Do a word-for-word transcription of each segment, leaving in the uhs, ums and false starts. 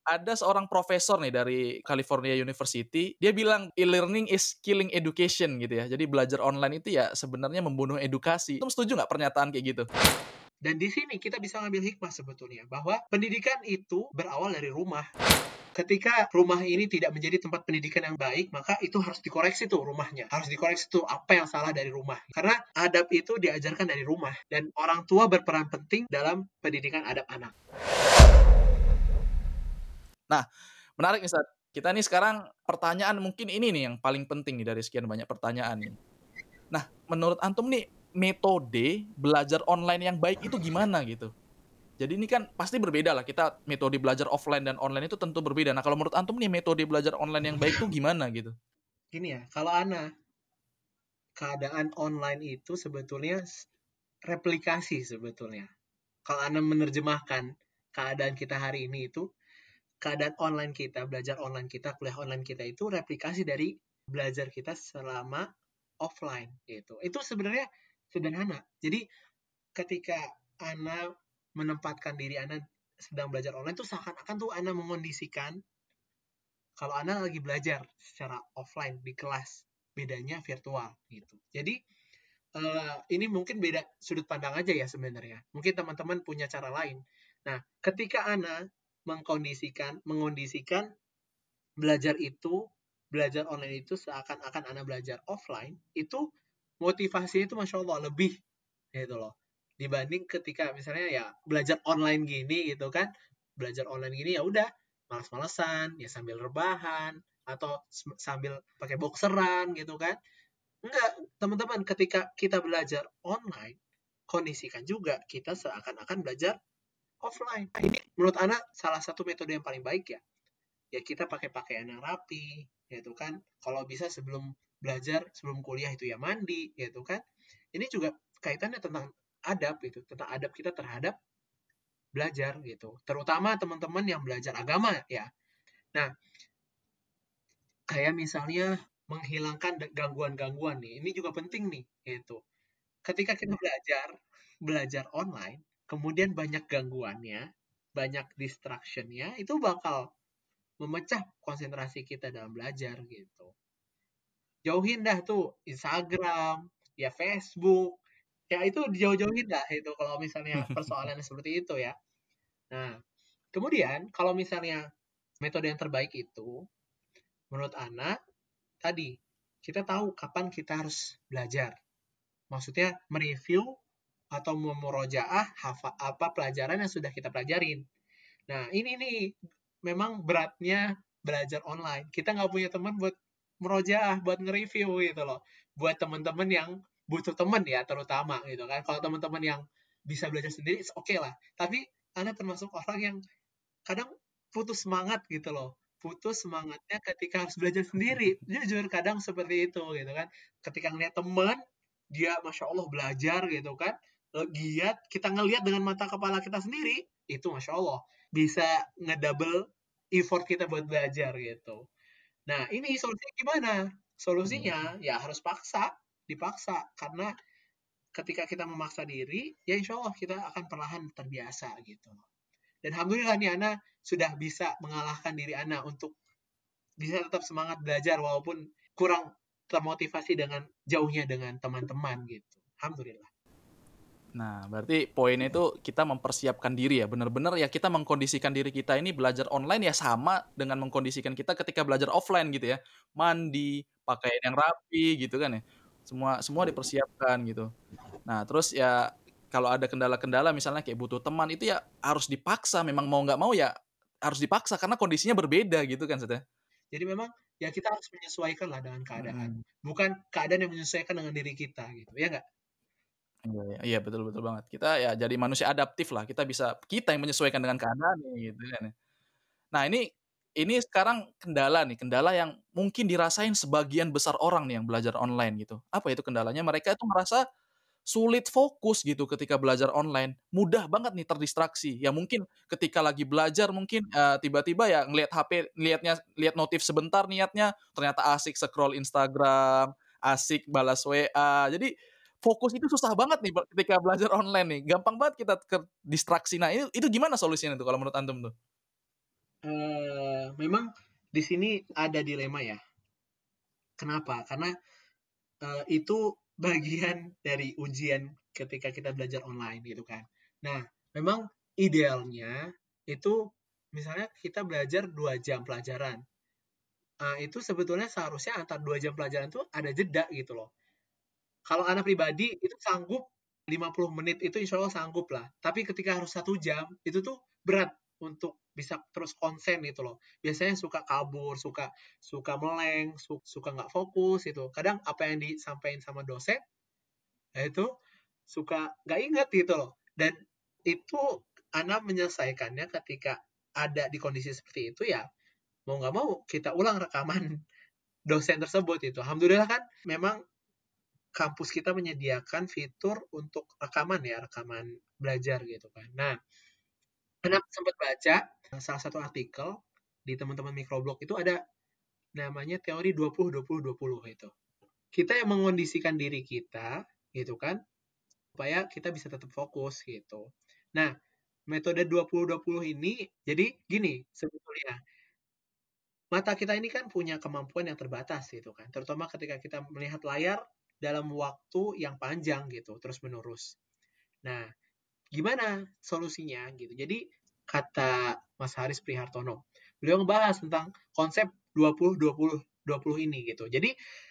Ada seorang profesor nih dari California University, dia bilang e-learning is killing education gitu ya. Jadi belajar online itu ya sebenarnya membunuh edukasi. Kamu setuju nggak pernyataan kayak gitu? Dan di sini kita bisa ngambil hikmah sebetulnya, bahwa pendidikan itu berawal dari rumah. Ketika rumah ini tidak menjadi tempat pendidikan yang baik, maka itu harus dikoreksi tuh rumahnya. Harus dikoreksi tuh apa yang salah dari rumah. Karena adab itu diajarkan dari rumah. Dan orang tua berperan penting dalam pendidikan adab anak. Nah, menarik nih, Ustaz. Kita nih sekarang pertanyaan mungkin ini nih yang paling penting nih dari sekian banyak pertanyaan nih. Nah, menurut antum nih, metode belajar online yang baik itu gimana gitu? Jadi ini kan pasti berbeda lah, kita metode belajar offline dan online itu tentu berbeda. Nah, kalau menurut antum nih metode belajar online yang baik tuh gimana gitu? Gini ya, kalau Ana, keadaan online itu sebetulnya replikasi sebetulnya. Kalau Ana menerjemahkan keadaan kita hari ini itu, keadaan online kita, belajar online kita, kuliah online kita itu replikasi dari belajar kita selama offline gitu. Itu sebenarnya sederhana. Jadi ketika Ana menempatkan diri Ana sedang belajar online itu seakan-akan tuh Ana mengondisikan kalau Ana lagi belajar secara offline di kelas, bedanya virtual gitu. Jadi uh, ini mungkin beda sudut pandang aja ya sebenarnya. Mungkin teman-teman punya cara lain. Nah, ketika Ana mengkondisikan, mengondisikan belajar itu, belajar online itu seakan-akan Ana belajar offline, itu motivasinya itu Masya Allah lebih gitu loh. Dibanding ketika misalnya ya belajar online gini gitu kan, belajar online gini ya udah malas-malesan, ya sambil rebahan, atau sambil pakai boxeran gitu kan. Enggak, teman-teman, ketika kita belajar online, kondisikan juga kita seakan-akan belajar offline. Nah, ini menurut Ana salah satu metode yang paling baik ya. Ya kita pakai pakaian yang rapi, yaitu kan. Kalau bisa sebelum belajar, sebelum kuliah itu ya mandi, yaitu kan. Ini juga kaitannya tentang adab itu, tentang adab kita terhadap belajar gitu. Terutama teman-teman yang belajar agama ya. Nah, kayak misalnya menghilangkan gangguan-gangguan nih. Ini juga penting nih, gitu. Ketika kita belajar, belajar online, kemudian banyak gangguannya, banyak distraction-nya, itu bakal memecah konsentrasi kita dalam belajar gitu. Jauhin dah tuh Instagram, ya Facebook, ya itu dijauh-jauhin dah itu kalau misalnya persoalannya seperti itu ya. Nah, kemudian kalau misalnya metode yang terbaik itu, menurut Ana, tadi, kita tahu kapan kita harus belajar. Maksudnya mereview atau memurojaah apa pelajaran yang sudah kita pelajarin. Nah, ini nih memang beratnya belajar online. Kita nggak punya teman buat merojaah, buat nge-review gitu loh. Buat teman-teman yang butuh teman ya terutama gitu kan. Kalau teman-teman yang bisa belajar sendiri, oke okay lah. Tapi Anda termasuk orang yang kadang putus semangat gitu loh. Putus semangatnya ketika harus belajar sendiri. Jujur kadang seperti itu gitu kan. Ketika ngeliat teman, dia Masya Allah belajar gitu kan. Giat, kita ngelihat dengan mata kepala kita sendiri, itu Masya Allah. Bisa ngedouble effort kita buat belajar gitu. Nah, ini solusinya gimana? Solusinya ya harus paksa, dipaksa. Karena ketika kita memaksa diri, ya insya Allah kita akan perlahan terbiasa gitu. Dan Alhamdulillah nih Ana sudah bisa mengalahkan diri Ana untuk bisa tetap semangat belajar walaupun kurang termotivasi dengan jauhnya dengan teman-teman gitu. Alhamdulillah. Nah, berarti poinnya itu kita mempersiapkan diri ya, benar-benar ya kita mengkondisikan diri kita ini belajar online ya sama dengan mengkondisikan kita ketika belajar offline gitu ya. Mandi, pakaian yang rapi gitu kan ya. Semua semua dipersiapkan gitu. Nah, terus ya kalau ada kendala-kendala misalnya kayak butuh teman itu ya harus dipaksa, memang mau nggak mau ya harus dipaksa karena kondisinya berbeda gitu kan, Ustaz ya. Jadi memang ya kita harus menyesuaikan lah dengan keadaan. Mhm. Bukan keadaan yang menyesuaikan dengan diri kita gitu. Ya nggak? Iya iya, iya betul betul banget. Kita ya jadi manusia adaptif lah, kita bisa kita yang menyesuaikan dengan keadaan gitu kan ya. Nah ini ini sekarang kendala nih, kendala yang mungkin dirasain sebagian besar orang nih yang belajar online gitu. Apa itu kendalanya? Mereka itu merasa sulit fokus gitu ketika belajar online, mudah banget nih terdistraksi. Ya mungkin ketika lagi belajar mungkin, eee, tiba-tiba ya ngelihat H P, lihatnya lihat notif sebentar niatnya, ternyata asik scroll Instagram, asik balas W A. Jadi fokus itu susah banget nih ketika belajar online nih, gampang banget kita terdistraksi. Nah itu itu gimana solusinya tuh kalau menurut antum tuh? uh, memang di sini ada dilema ya. Kenapa? Karena uh, itu bagian dari ujian ketika kita belajar online gitu kan. Nah, memang idealnya itu misalnya kita belajar dua jam pelajaran. Uh, itu sebetulnya seharusnya antar dua jam pelajaran itu ada jeda gitu loh. Kalau anak pribadi itu sanggup lima puluh menit itu insya Allah sanggup lah. Tapi ketika harus satu jam itu tuh berat untuk bisa terus konsen gitu loh. Biasanya suka kabur, suka suka meleng, su- suka nggak fokus itu. Kadang apa yang disampaikan sama dosen ya itu suka nggak inget gitu loh. Dan itu anak menyelesaikannya ketika ada di kondisi seperti itu ya mau nggak mau kita ulang rekaman dosen tersebut itu. Alhamdulillah kan memang kampus kita menyediakan fitur untuk rekaman ya, rekaman belajar gitu kan. Nah, anak sempat baca salah satu artikel di teman-teman microblog itu ada namanya teori dua puluh dua puluh dua puluh itu. Kita yang mengondisikan diri kita gitu kan supaya kita bisa tetap fokus gitu. Nah, metode dua puluh dua puluh ini jadi gini sebetulnya. Mata kita ini kan punya kemampuan yang terbatas gitu kan. Terutama ketika kita melihat layar dalam waktu yang panjang gitu, terus-menerus. Nah, gimana solusinya gitu. Jadi kata Mas Haris Prihartono, beliau ngebahas tentang konsep dua puluh dua puluh dua puluh ini gitu. Jadi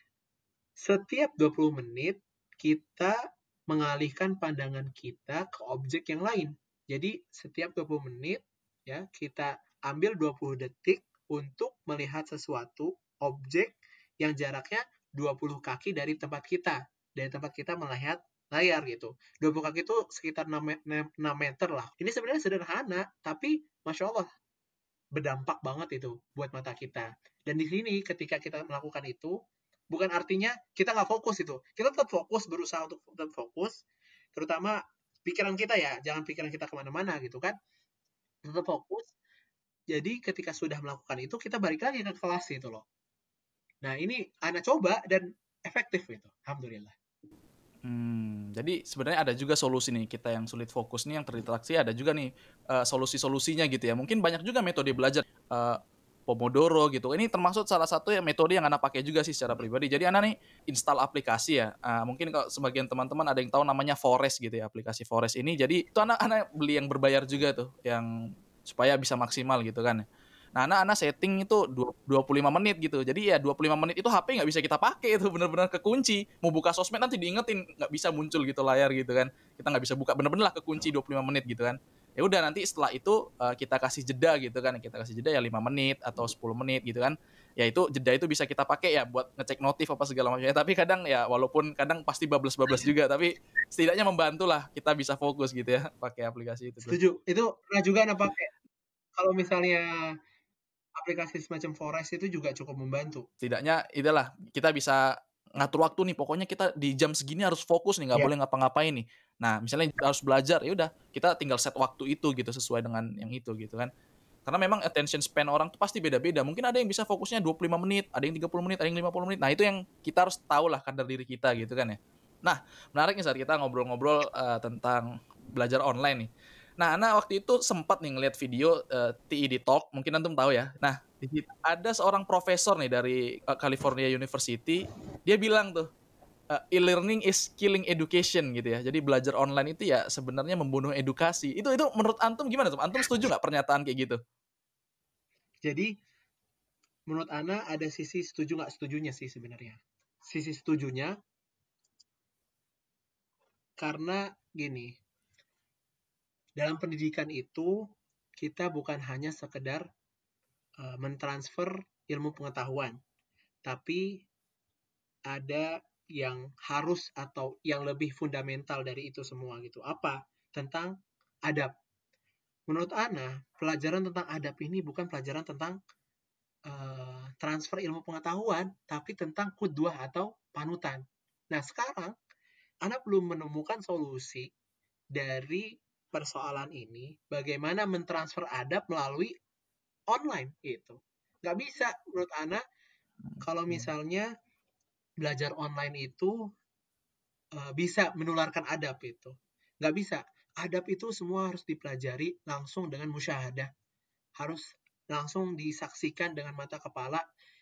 setiap dua puluh menit kita mengalihkan pandangan kita ke objek yang lain. Jadi setiap dua puluh menit ya kita ambil dua puluh detik untuk melihat sesuatu objek yang jaraknya dua puluh kaki dari tempat kita. Dari tempat kita melihat layar gitu. dua puluh kaki itu sekitar enam meter lah. Ini sebenarnya sederhana, tapi Masya Allah berdampak banget itu buat mata kita. Dan di sini ketika kita melakukan itu, bukan artinya kita nggak fokus itu. Kita tetap fokus, berusaha untuk tetap fokus, terutama pikiran kita ya, jangan pikiran kita kemana-mana gitu kan. Tetap fokus, jadi ketika sudah melakukan itu, kita balik lagi ke kelas gitu loh. Nah ini anak coba dan efektif gitu, Alhamdulillah. Hmm, jadi sebenarnya ada juga solusi nih, kita yang sulit fokus nih, yang terdistraksi, ada juga nih uh, solusi-solusinya gitu ya. Mungkin banyak juga metode belajar, uh, Pomodoro gitu. Ini termasuk salah satu ya metode yang Anak pakai juga sih secara pribadi. Jadi Anak nih install aplikasi ya. Uh, mungkin kalau sebagian teman-teman ada yang tahu namanya Forest gitu ya, aplikasi Forest ini. Jadi itu Anak Anak beli yang berbayar juga tuh, yang supaya bisa maksimal gitu kan. Nah, anak-anak setting itu dua puluh lima menit gitu. Jadi ya dua puluh lima menit itu H P nggak bisa kita pakai itu, bener-bener kekunci. Mau buka sosmed nanti diingetin nggak bisa muncul gitu layar gitu kan. Kita nggak bisa buka, bener-bener lah kekunci dua puluh lima menit gitu kan. Ya udah nanti setelah itu uh, kita kasih jeda gitu kan. Kita kasih jeda ya lima menit atau sepuluh menit gitu kan. Ya itu jeda itu bisa kita pakai ya buat ngecek notif apa segala macamnya. Tapi kadang ya walaupun kadang pasti bablas-bablas juga, tapi setidaknya membantu lah kita bisa fokus gitu ya pakai aplikasi itu tuh. Setuju, itu pernah juga anak pakai. Kalau misalnya aplikasi semacam Forest itu juga cukup membantu. Setidaknya itulah kita bisa ngatur waktu nih, pokoknya kita di jam segini harus fokus nih, nggak Ya, boleh ngapa-ngapain nih. Nah, misalnya harus belajar, ya udah kita tinggal set waktu itu gitu sesuai dengan yang itu gitu kan. Karena memang attention span orang tuh pasti beda-beda. Mungkin ada yang bisa fokusnya dua puluh lima menit, ada yang tiga puluh menit, ada yang lima puluh menit. Nah, itu yang kita harus tahu lah kadar diri kita gitu kan ya. Nah, menarik nih saat kita ngobrol-ngobrol uh, tentang belajar online nih. Nah, Ana waktu itu sempat nih ngeliat video uh, T E D Talk, mungkin antum tahu ya. Nah, di situ ada seorang profesor nih dari uh, California University, dia bilang tuh uh, e-learning is killing education gitu ya. Jadi belajar online itu ya sebenarnya membunuh edukasi. Itu itu menurut antum gimana tuh? Antum setuju nggak pernyataan kayak gitu? jadi menurut Ana ada sisi setuju nggak setujunya sih sebenarnya. Sisi setujunya karena gini, dalam pendidikan itu kita bukan hanya sekedar uh, mentransfer ilmu pengetahuan, tapi ada yang harus atau yang lebih fundamental dari itu semua gitu. Apa? Tentang adab. Menurut Ana, pelajaran tentang adab ini bukan pelajaran tentang uh, transfer ilmu pengetahuan, tapi tentang kudwah atau panutan. Nah, sekarang Ana belum menemukan solusi dari persoalan ini, bagaimana mentransfer adab melalui online itu. Nggak bisa menurut Ana kalau misalnya belajar online itu uh, bisa menularkan adab itu. Nggak bisa. Adab itu semua harus dipelajari langsung dengan musyahadah. Harus langsung disaksikan dengan mata kepala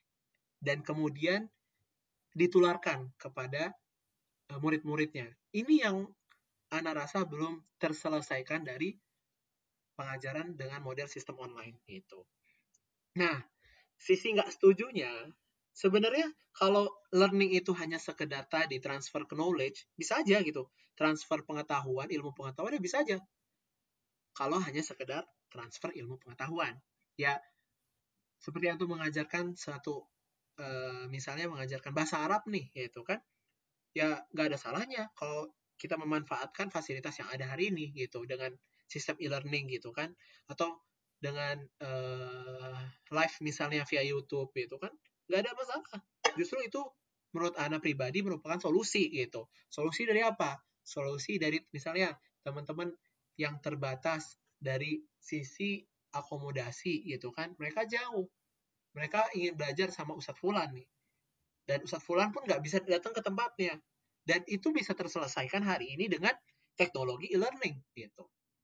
dan kemudian ditularkan kepada uh, murid-muridnya. Ini yang Ana rasa belum terselesaikan dari pengajaran dengan model sistem online itu. Nah, sisi nggak setujunya, sebenarnya kalau learning itu hanya sekedar tadi transfer ke knowledge, bisa aja gitu. Transfer pengetahuan, ilmu pengetahuan ya bisa aja. Kalau hanya sekedar transfer ilmu pengetahuan. Ya, seperti yang tuh mengajarkan satu, uh, misalnya mengajarkan bahasa Arab nih, yaitu kan, ya nggak ada salahnya kalau kita memanfaatkan fasilitas yang ada hari ini gitu dengan sistem e-learning gitu kan, atau dengan uh, live misalnya via YouTube gitu kan, nggak ada masalah. Justru itu menurut Ana pribadi merupakan solusi gitu. Solusi dari apa? Solusi dari misalnya teman-teman yang terbatas dari sisi akomodasi gitu kan, mereka jauh, mereka ingin belajar sama Ustadz Fulan nih, dan Ustadz Fulan pun nggak bisa datang ke tempatnya. Dan itu bisa terselesaikan hari ini dengan teknologi e-learning gitu.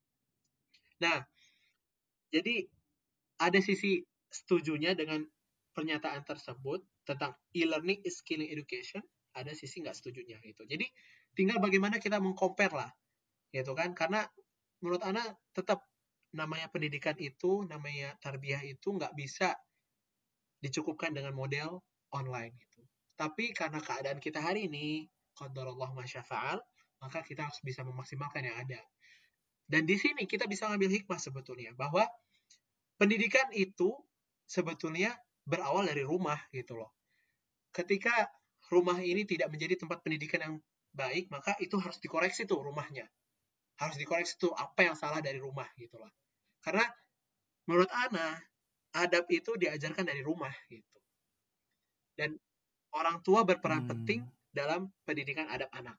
Nah, jadi ada sisi setujunya dengan pernyataan tersebut tentang e-learning is killing education, ada sisi nggak setujunya gitu. Jadi tinggal bagaimana kita mengcompare lah, gitu kan? Karena menurut Ana tetap namanya pendidikan itu, namanya tarbiyah itu nggak bisa dicukupkan dengan model online gitu. Tapi karena keadaan kita hari ini, qadarullah masyafa'al, maka kita harus bisa memaksimalkan yang ada. Dan di sini kita bisa ngambil hikmah sebetulnya, bahwa pendidikan itu sebetulnya berawal dari rumah gitu loh. Ketika rumah ini tidak menjadi tempat pendidikan yang baik, maka itu harus dikoreksi tuh rumahnya. Harus dikoreksi tuh apa yang salah dari rumah gitu loh. Karena menurut Ana, adab itu diajarkan dari rumah gitu. Dan orang tua berperan Hmm, penting dalam pendidikan adab anak.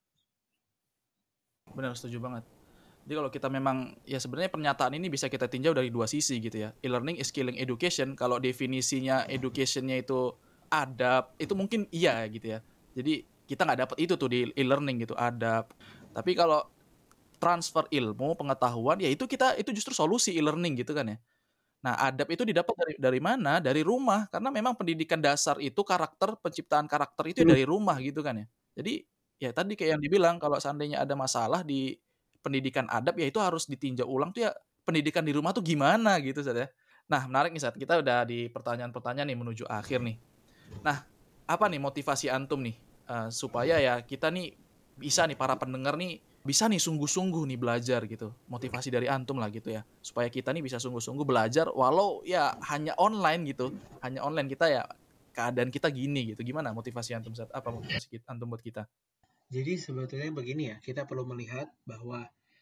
benar, setuju banget. Jadi kalau kita memang, ya sebenarnya pernyataan ini bisa kita tinjau dari dua sisi gitu ya. E-learning is killing education. Kalau definisinya educationnya itu adab, itu mungkin iya gitu ya. Jadi kita nggak dapat itu tuh di e-learning gitu, adab. Tapi kalau transfer ilmu, pengetahuan, ya itu kita itu justru solusi e-learning gitu kan ya. Nah, adab itu didapat dari dari mana? Dari rumah. Karena memang pendidikan dasar itu karakter, penciptaan karakter itu ya dari rumah gitu kan ya. Jadi ya tadi kayak yang dibilang, kalau seandainya ada masalah di pendidikan adab, ya itu harus ditinjau ulang tuh ya, pendidikan di rumah tuh gimana gitu Ustaz ya. Nah, menarik nih Ustaz, kita udah di pertanyaan-pertanyaan nih menuju akhir nih. Nah, apa nih motivasi antum nih, eee, supaya ya kita nih bisa nih, para pendengar nih bisa nih sungguh-sungguh nih belajar gitu. Motivasi dari antum lah gitu ya, supaya kita nih bisa sungguh-sungguh belajar walau ya hanya online gitu, hanya online, kita ya keadaan kita gini gitu. Gimana motivasi antum Ustaz? Apa motivasi kit antum buat kita? Jadi sebetulnya begini ya, kita perlu melihat bahwa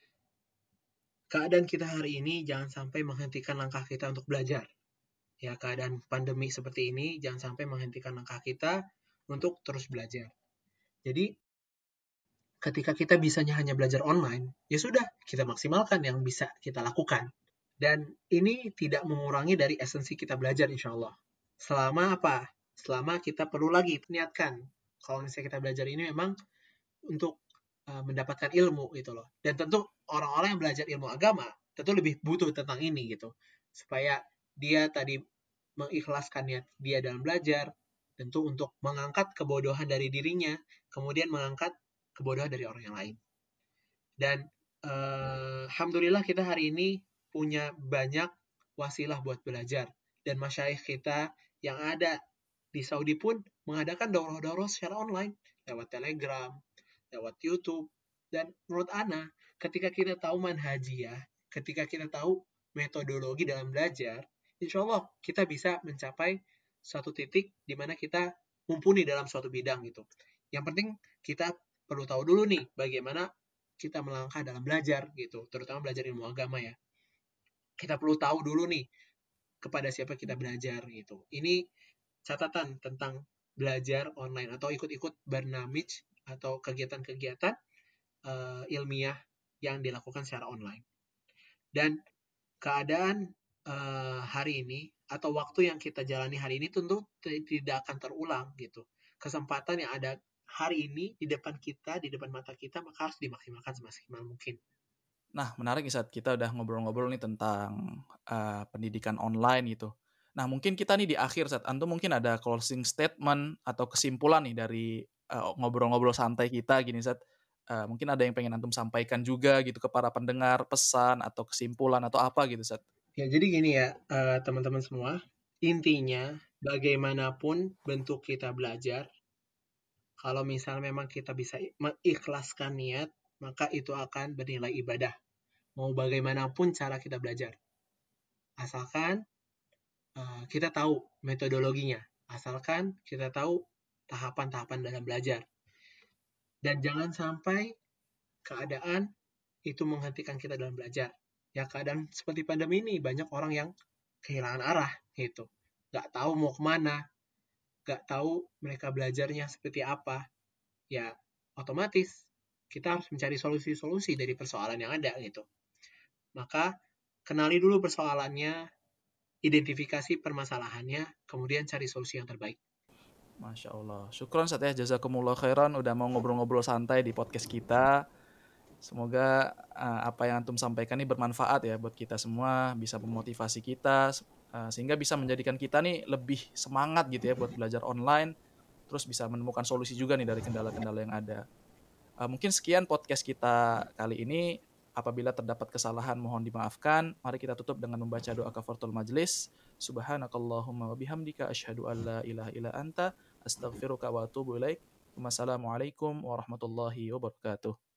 keadaan kita hari ini jangan sampai menghentikan langkah kita untuk belajar. Ya, keadaan pandemi seperti ini jangan sampai menghentikan langkah kita untuk terus belajar. Jadi ketika kita bisanya hanya belajar online, ya sudah, kita maksimalkan yang bisa kita lakukan. Dan ini tidak mengurangi dari esensi kita belajar insya Allah. Selama apa? Selama kita perlu lagi niatkan. Kalau misalnya kita belajar ini memang untuk uh, mendapatkan ilmu gitu loh. Dan tentu orang-orang yang belajar ilmu agama tentu lebih butuh tentang ini gitu. Supaya dia tadi mengikhlaskan niat dia dalam belajar, tentu untuk mengangkat kebodohan dari dirinya, kemudian mengangkat kebodohan dari orang yang lain. Dan uh, alhamdulillah kita hari ini punya banyak wasilah buat belajar. Dan masyayikh kita yang ada di Saudi pun mengadakan daurah-daurah secara online lewat Telegram, lewat YouTube. Dan menurut Ana, ketika kita tahu manhajiyah, ketika kita tahu metodologi dalam belajar, insya Allah kita bisa mencapai suatu titik di mana kita mumpuni dalam suatu bidang gitu. Yang penting kita perlu tahu dulu nih bagaimana kita melangkah dalam belajar gitu, terutama belajar ilmu agama ya. Kita perlu tahu dulu nih kepada siapa kita belajar gitu. Ini catatan tentang belajar online atau ikut-ikut barnamij atau kegiatan-kegiatan uh, ilmiah yang dilakukan secara online. Dan keadaan uh, hari ini atau waktu yang kita jalani hari ini tentu tidak akan terulang gitu. Kesempatan yang ada hari ini di depan kita, di depan mata kita, maka harus dimaksimalkan semaksimal mungkin. Nah, menarik nih saat kita udah ngobrol-ngobrol nih tentang uh, pendidikan online gitu. Nah, mungkin kita nih di akhir, Ustaz, antum mungkin ada closing statement atau kesimpulan nih dari, eee, ngobrol-ngobrol santai kita gini, Ustaz, eee, mungkin ada yang pengen antum sampaikan juga gitu ke para pendengar, pesan atau kesimpulan atau apa gitu, Ustaz? Ya, jadi gini ya, eee, teman-teman semua, intinya bagaimanapun bentuk kita belajar, kalau misal memang kita bisa i mengikhlaskan niat, maka itu akan bernilai ibadah, mau bagaimanapun cara kita belajar. Asalkan, eee, kita tahu metodologinya, asalkan kita tahu tahapan-tahapan dalam belajar. Dan jangan sampai keadaan itu menghentikan kita dalam belajar. Ya keadaan seperti pandemi ini, banyak orang yang kehilangan arah gitu. Nggak tahu mau kemana, nggak tahu mereka belajarnya seperti apa. Ya otomatis kita harus mencari solusi-solusi dari persoalan yang ada gitu. Maka kenali dulu persoalannya, identifikasi permasalahannya, kemudian cari solusi yang terbaik. Masya Allah. Syukron, Ustaz, ya, jazakumullah khairan udah mau ngobrol-ngobrol santai di podcast kita. Semoga, eee, apa yang antum sampaikan ini bermanfaat ya buat kita semua, bisa memotivasi kita, eee, sehingga bisa menjadikan kita nih lebih semangat gitu ya buat belajar online, terus bisa menemukan solusi juga nih dari kendala-kendala yang ada. Eee, mungkin sekian podcast kita kali ini. Apabila terdapat kesalahan mohon dimaafkan. Mari kita tutup dengan membaca doa kafaratul majelis. Subhanakallahumma wa bihamdika asyhadu an la ilaha illa anta astaghfiruka wa atubu ilaik. Wassalamualaikum warahmatullahi wabarakatuh.